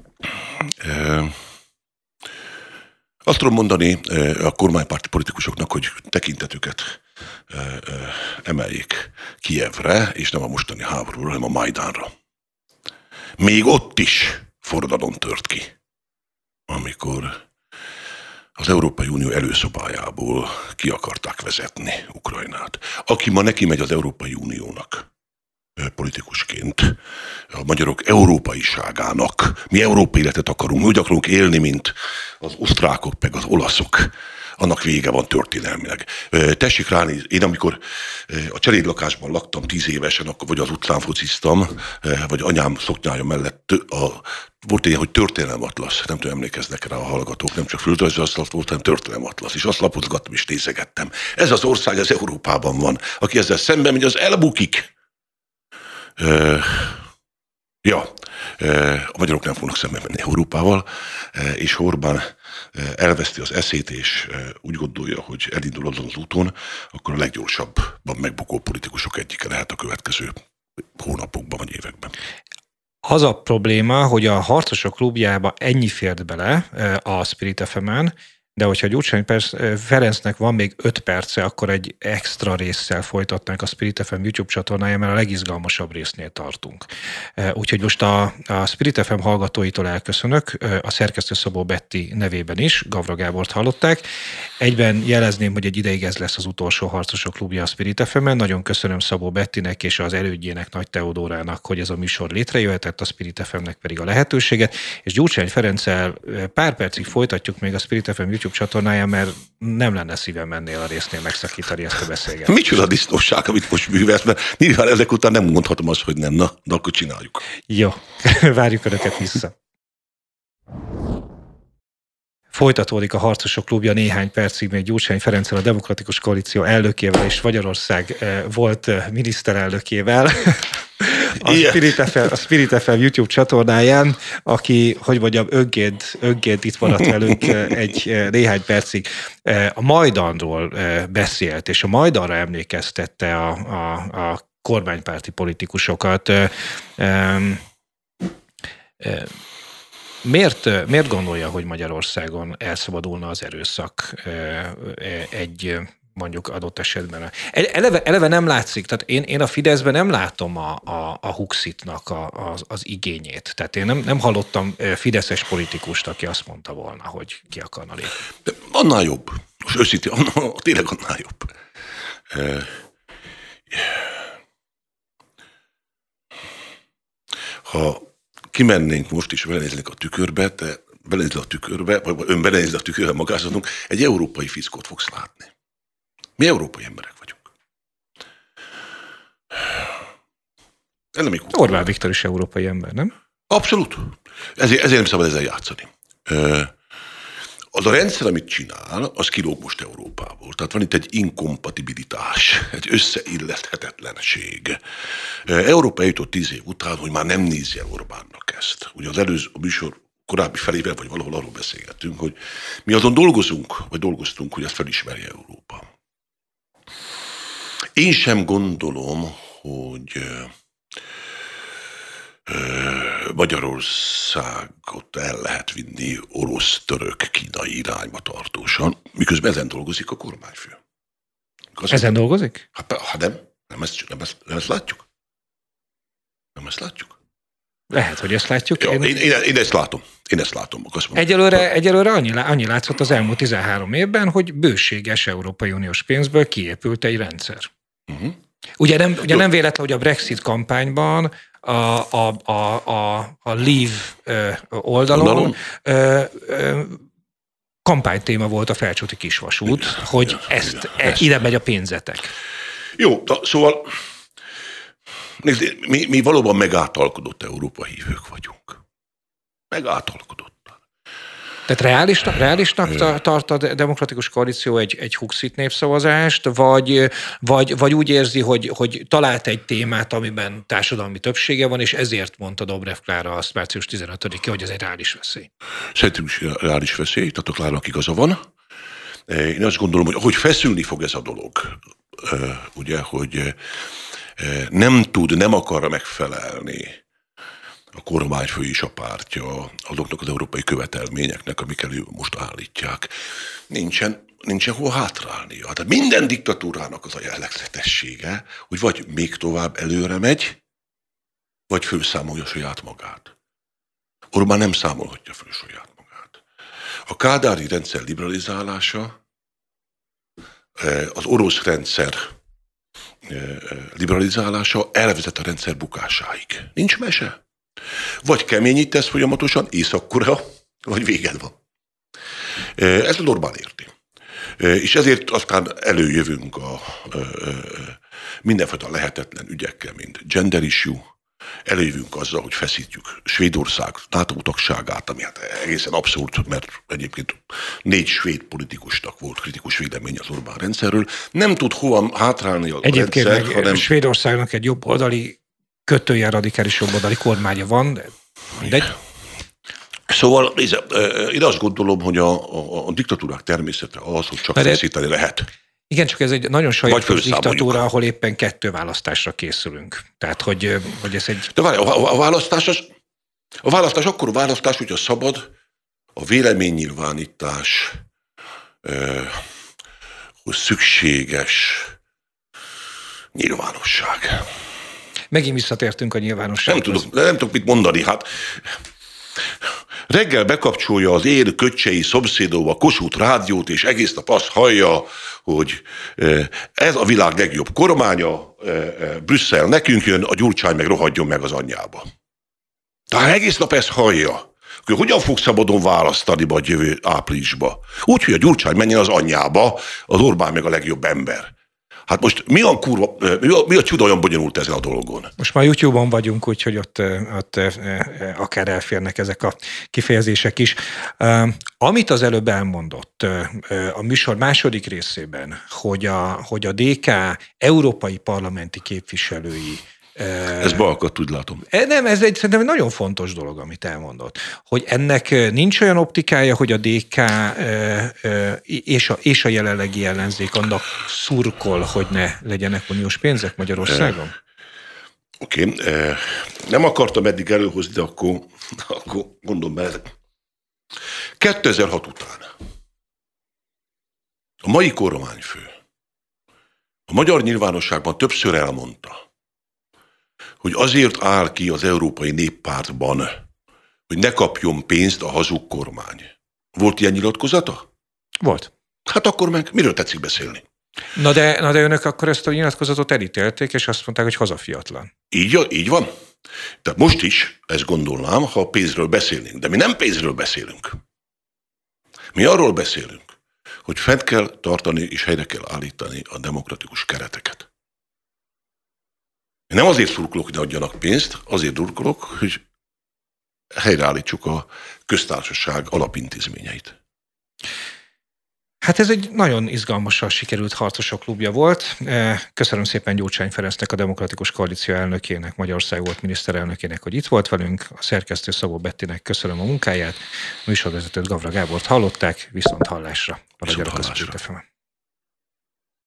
Azt tudom mondani a kormánypárti politikusoknak, hogy tekintetüket emeljék Kijevre, és nem a mostani háborúra, hanem a Majdánra. Még ott is forradalom tört ki, amikor az Európai Unió előszobájából ki akarták vezetni Ukrajnát. Aki ma neki megy az Európai Uniónak politikusként, a magyarok európaiságának, mi európai életet akarunk, mi úgy akarunk élni, mint az osztrákok, meg az olaszok, annak vége van történelmileg. Tessék ránézni, én amikor a cselédlakásban laktam 10 évesen, akkor vagy az utcán fociztam, vagy anyám szoknyája mellett volt ilyen, hogy történelmatlasz, nem tudom, emlékeznek rá a hallgatók, nem csak földrajzi asztalt volt, hanem történelmatlasz, és azt lapozgattam és nézegettem. Ez az ország, ez Európában van. Aki ezzel szemben megy, az elbukik. A magyarok nem fognak szembe menni Európával, és Orbán elveszti az eszét, és úgy gondolja, hogy elindul azon az úton, akkor a leggyorsabban megbukó politikusok egyike lehet a következő hónapokban vagy években. Az a probléma, hogy a Harcosok klubjába ennyi fért bele a Spirit FM-en, de hogyha Gyurcsány Ferencnek van még 5 perce, akkor egy extra résszel folytatnánk a Spirit FM YouTube csatornáján, mert a legizgalmasabb résznél tartunk. Úgyhogy most a Spirit FM hallgatóitól elköszönök, a szerkesztő Szabó Betti nevében is, Gavra Gábort hallották. Egyben jelezném, hogy egy ideig ez lesz az utolsó Harcosok klubja a Spirit FM-en. Nagyon köszönöm Szabó Bettinek és az elődjének, Nagy Teodórának, hogy ez a műsor létrejöhetett, a Spirit FM-nek pedig a lehetőséget, és Gyurcsány Ferenccel pár percig folytatjuk még a Spirit FM YouTube csatornáján, mert nem lenne szívem ennél a résznél megszakítani ezt a beszélgetést. Micsoda disznóság, amit most művelsz, mert nyilván ezek után nem mondhatom azt, hogy nem. Na, de akkor csináljuk. Jó, várjuk Önöket vissza. Folytatódik a Harcosok klubja néhány percig még Gyurcsány Ferenccel, a Demokratikus Koalíció elnökével és Magyarország volt miniszterelnökével. A Spirit FM YouTube csatornáján, aki, hogy mondjam, önként itt maradt velünk egy néhány percig. A Majdanról beszélt, és a Majdanra emlékeztette a kormánypárti politikusokat. Miért gondolja, hogy Magyarországon elszabadulna az erőszak egy mondjuk adott esetben? Eleve nem látszik, tehát én a Fideszben nem látom a Huxitnak az igényét. Tehát én nem hallottam fideszes politikust, aki azt mondta volna, hogy ki akarna lépni. De annál jobb. Most őszintén, tényleg annál jobb. Ha kimennénk most is, belenéznénk a tükörbe, vagy ön belenéz a tükörbe magázatunk, egy európai fickót fogsz látni. Mi európai emberek vagyunk. Orbán Viktor is európai ember, nem? Abszolút. Ezért nem szabad ezzel játszani. Az a rendszer, amit csinál, az kilóg most Európából. Tehát van itt egy inkompatibilitás, egy összeillethetetlenség. Európa eljutott 10 év után, hogy már nem nézje Orbánnak ezt. Ugye a műsor korábbi felével, vagy valahol arról beszélgettünk, hogy mi azon dolgoztunk, hogy ezt felismerje Európa. Én sem gondolom, hogy Magyarországot el lehet vinni orosz-török-kínai irányba tartósan, miközben ezen dolgozik a kormányfő. Ezen dolgozik? Hát nem ezt látjuk. Nem ezt látjuk. Lehet, hogy ezt látjuk. Ja, én ezt látom. Egyelőre annyi látszott az elmúlt 13 évben, hogy bőséges Európai Uniós pénzből kiépült egy rendszer. Uh-huh. Ugye nem véletlen, hogy a Brexit kampányban a Leave oldalon kampánytéma volt a Felcsúti kisvasút, hogy ide megy a pénzetek. Jó, szóval mi valóban megáltalkodott Európa hívők vagyunk. Megáltalkodott. Tehát reálisnak tart a demokratikus koalíció egy Huxit népszavazást, vagy úgy érzi, hogy talált egy témát, amiben társadalmi többsége van, és ezért mondta Dobrev Klára azt március 15-én, hogy ez egy reális veszély. Szerintem is reális veszély, tehát a Klárának igaza van. Én azt gondolom, hogy feszülni fog ez a dolog, ugye, hogy nem akar megfelelni a kormányfő és a pártja azoknak az európai követelményeknek, amik elő most állítják. Nincsen hol hátrálnia. Tehát minden diktatúrának az a jellegzetessége, hogy vagy még tovább előre megy, vagy fölszámolja saját magát. Orbán nem számolhatja föl saját magát. A kádári rendszer liberalizálása, az orosz rendszer liberalizálása elvezet a rendszer bukásáig. Nincs mese. Vagy keményítesz folyamatosan, Észak-Korea, vagy véged van. Ez a Orbán érti. És ezért aztán előjövünk a mindenfajta lehetetlen ügyekkel, mint gender issue, előjövünk azzal, hogy feszítjük Svédország NATO tagságát, ami hát egészen abszurd, mert egyébként 4 svéd politikusnak volt kritikus vélemény az Orbán rendszerről. Nem tud hova hátrálni a egyébként rendszer, hanem... Svédországnak egy jobboldali radikális jobboldali kormánya van, de... Szóval én azt gondolom, hogy a diktatúrák természete az, hogy csak feszíteni lehet. Igen, csak ez egy nagyon sajátos diktatúra, ahol éppen 2 választásra készülünk. Tehát, hogy ez egy... De várj, a választás akkor a választás, hogyha szabad a véleménynyilvánítás szükséges nyilvánosság. Megint visszatértünk a nyilvánossághoz. Nem tudok mit mondani, hát... Reggel bekapcsolja az én köccsei szomszédom a Kossuth rádiót, és egész nap azt hallja, hogy ez a világ legjobb kormánya, Brüsszel nekünk jön, a Gyurcsány meg rohadjon meg az anyjába. Tehát egész nap ezt hallja. Akkor hogyan fog szabadon választani majd jövő áprilisba? Úgy, hogy a Gyurcsány menjen az anyjába, az Orbán meg a legjobb ember. Hát most mi a csuda olyan bonyolult ezen a dolgon? Most már YouTube-on vagyunk, úgyhogy ott akár elférnek ezek a kifejezések is. Amit az előbb elmondott a műsor második részében, hogy a DK európai parlamenti képviselői ez beakadt, úgy látom. Nem, ez szerintem egy nagyon fontos dolog, amit elmondott. Hogy ennek nincs olyan optikája, hogy a DK és a jelenlegi ellenzék annak szurkol, hogy ne legyenek uniós pénzek Magyarországon? Oké. Nem akartam eddig előhozni, de akkor gondolom be. 2006 után a mai kormányfő a magyar nyilvánosságban többször elmondta, hogy azért áll ki az Európai Néppártban, hogy ne kapjon pénzt a hazug kormány. Volt ilyen nyilatkozata? Volt. Hát akkor meg miről tetszik beszélni? Na de önök akkor ezt a nyilatkozatot elítélték, és azt mondták, hogy hazafiatlan. Így van. Tehát most is ezt gondolnám, ha pénzről beszélnénk. De mi nem pénzről beszélünk. Mi arról beszélünk, hogy fent kell tartani és helyre kell állítani a demokratikus kereteket. Én nem azért szurkolok, hogy ne adjanak pénzt, azért durkolok, hogy helyreállítsuk a köztársaság alapintézményeit. Hát ez egy nagyon izgalmasan sikerült harcosok klubja volt. Köszönöm szépen Gyurcsány Ferencnek, a Demokratikus Koalíció elnökének, Magyarország volt miniszterelnökének, hogy itt volt velünk. A szerkesztő Szabó Bettinek köszönöm a munkáját. A műsorvezetőt, Gavra Gábort hallották, viszont hallásra. Maradjanak a